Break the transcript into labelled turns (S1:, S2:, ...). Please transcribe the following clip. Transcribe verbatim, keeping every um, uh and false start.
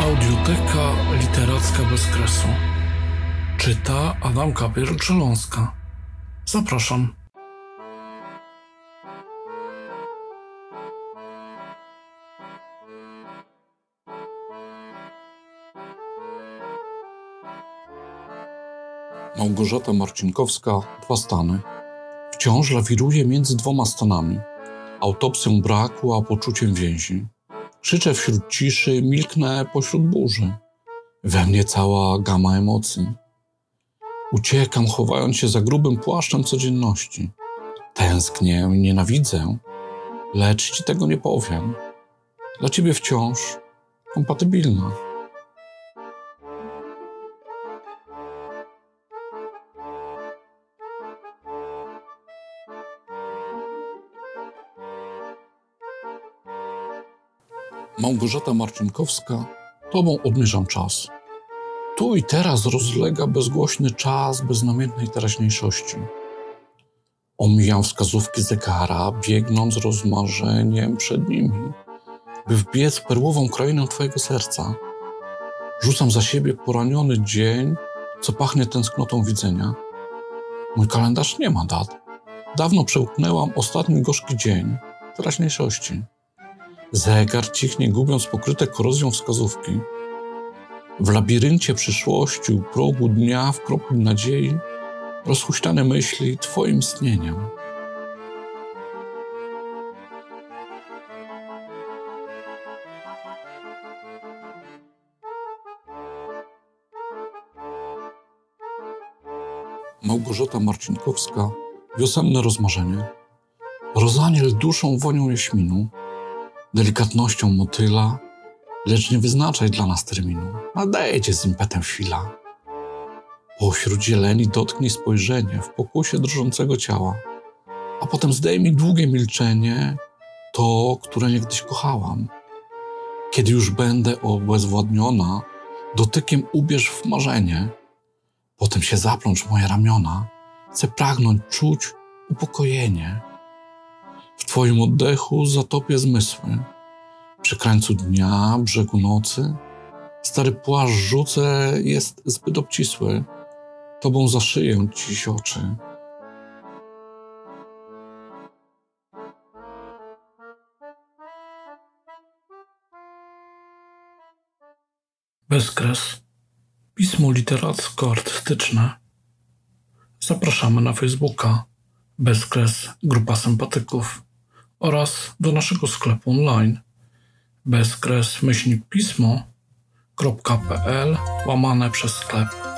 S1: Audioteka literacka bez kresu. Czyta Adam Kapierz-Grzeląska. Zapraszam.
S2: Małgorzata Marcinkowska, Dwa stany. Wciąż lawiruje między dwoma stanami. Autopsją braku, a poczuciem więzi. Krzyczę wśród ciszy, milknę pośród burzy. We mnie cała gama emocji. Uciekam, chowając się za grubym płaszczem codzienności. Tęsknię i nienawidzę, lecz ci tego nie powiem. Dla ciebie wciąż kompatybilna. Małgorzata Marcinkowska, tobą odmierzam czas. Tu i teraz rozlega bezgłośny czas beznamiętnej teraźniejszości. Omijam wskazówki zegara, biegnąc rozmarzeniem przed nimi, by wbiec w perłową krainę twojego serca. Rzucam za siebie poraniony dzień, co pachnie tęsknotą widzenia. Mój kalendarz nie ma dat. Dawno przełknęłam ostatni gorzki dzień teraźniejszości. Zegar cichnie, gubiąc pokryte korozją wskazówki. W labiryncie przyszłości, u progu dnia, w kropli nadziei, rozhuśtane myśli twoim istnieniem. Małgorzata Marcinkowska, wiosenne rozmarzenie. Rozaniel duszą wonią jaśminu, delikatnością motyla, lecz nie wyznaczaj dla nas terminu. Nadejdzie z impetem chwila. Pośród zieleni dotknij spojrzenie w pokusie drżącego ciała, a potem zdejmij długie milczenie, to, które niegdyś kochałam. Kiedy już będę obezwładniona, dotykiem ubierz w marzenie. Potem się zaplącz w moje ramiona, chcę pragnąć czuć upokojenie. W twoim oddechu zatopię zmysły. Przy krańcu dnia, brzegu nocy, stary płaszcz rzucę, jest zbyt obcisły. Tobą zaszyję dziś oczy.
S1: Bezkres. Pismo literacko-artystyczne. Zapraszamy na Facebooka Bezkres Grupa Sympatyków oraz do naszego sklepu online bezkres myślnik pismo kropka p l łamane przez sklep.